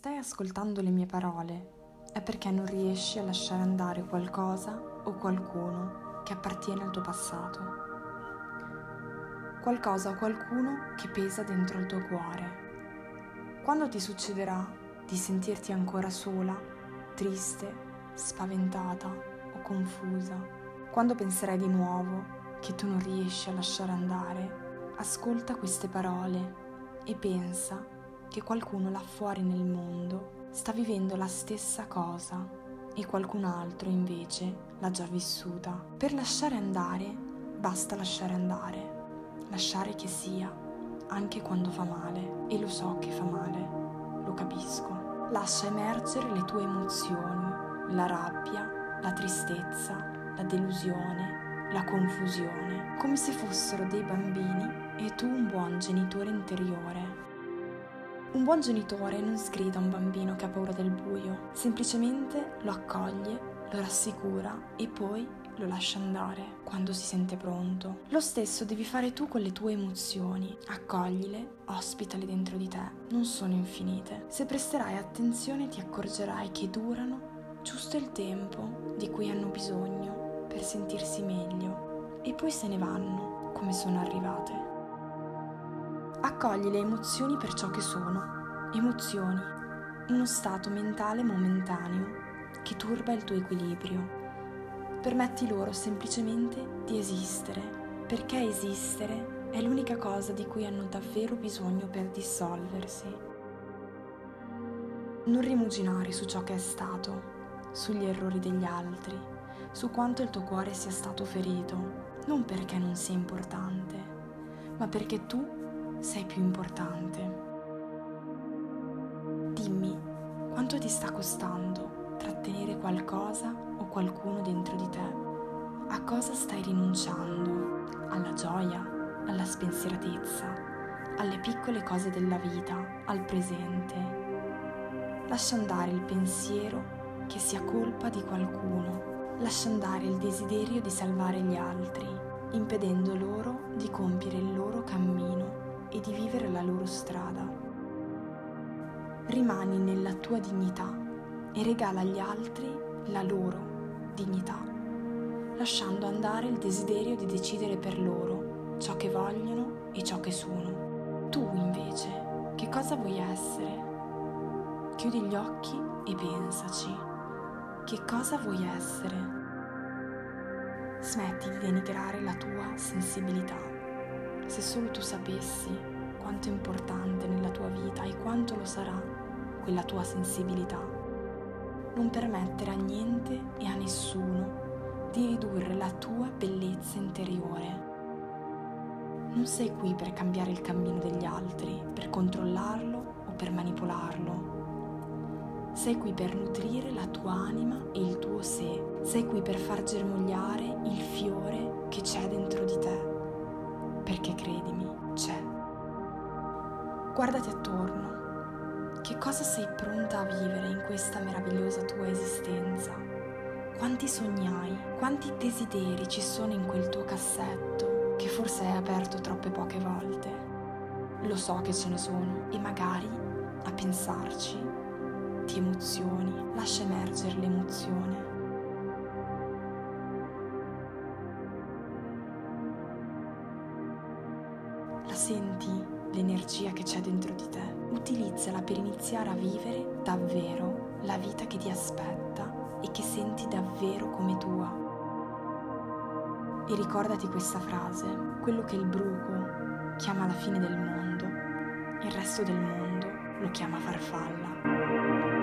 stai ascoltando le mie parole è perché non riesci a lasciare andare qualcosa o qualcuno che appartiene al tuo passato. Qualcosa o qualcuno che pesa dentro il tuo cuore. Quando ti succederà di sentirti ancora sola, triste, spaventata o confusa, quando penserai di nuovo che tu non riesci a lasciare andare, ascolta queste parole e pensa che qualcuno là fuori nel mondo sta vivendo la stessa cosa e qualcun altro invece l'ha già vissuta. Per lasciare andare, basta lasciare andare. Lasciare che sia, anche quando fa male. E lo so che fa male, lo capisco. Lascia emergere le tue emozioni, la rabbia, la tristezza, la delusione, la confusione, come se fossero dei bambini e tu un buon genitore interiore. Un buon genitore non sgrida un bambino che ha paura del buio, semplicemente lo accoglie, lo rassicura e poi lo lascia andare quando si sente pronto. Lo stesso devi fare tu con le tue emozioni. Accoglile, ospitale dentro di te, non sono infinite. Se presterai attenzione ti accorgerai che durano giusto il tempo di cui hanno bisogno per sentirsi meglio e poi se ne vanno come sono arrivate. Accogli le emozioni per ciò che sono, emozioni, uno stato mentale momentaneo che turba il tuo equilibrio. Permetti loro semplicemente di esistere, perché esistere è l'unica cosa di cui hanno davvero bisogno per dissolversi. Non rimuginare su ciò che è stato, sugli errori degli altri, su quanto il tuo cuore sia stato ferito, non perché non sia importante, ma perché tu sei più importante. Dimmi, quanto ti sta costando trattenere qualcosa o qualcuno dentro di te? A cosa stai rinunciando? Alla gioia, alla spensieratezza, alle piccole cose della vita, al presente. Lascia andare il pensiero che sia colpa di qualcuno. Lascia andare il desiderio di salvare gli altri, impedendo loro di compiere il loro cammino e di vivere la loro strada. Rimani nella tua dignità e regala agli altri la loro dignità, lasciando andare il desiderio di decidere per loro ciò che vogliono e ciò che sono. Tu invece, che cosa vuoi essere? Chiudi gli occhi e pensaci. Che cosa vuoi essere? Smetti di denigrare la tua sensibilità. Se solo tu sapessi quanto è importante nella tua vita e quanto lo sarà quella tua sensibilità, non permettere a niente e a nessuno di ridurre la tua bellezza interiore. Non sei qui per cambiare il cammino degli altri, per controllarlo o per manipolarlo. Sei qui per nutrire la tua anima e il tuo sé. Sei qui per far germogliare il fiore che c'è dentro di te. Perché credimi, c'è. Guardati attorno. Che cosa sei pronta a vivere in questa meravigliosa tua esistenza? Quanti sogni hai? Quanti desideri ci sono in quel tuo cassetto che forse hai aperto troppe poche volte? Lo so che ce ne sono e magari, a pensarci, ti emozioni. Lascia emergere l'emozione. Senti l'energia che c'è dentro di te, utilizzala per iniziare a vivere davvero la vita che ti aspetta e che senti davvero come tua. E ricordati questa frase: quello che il bruco chiama la fine del mondo, il resto del mondo lo chiama farfalla.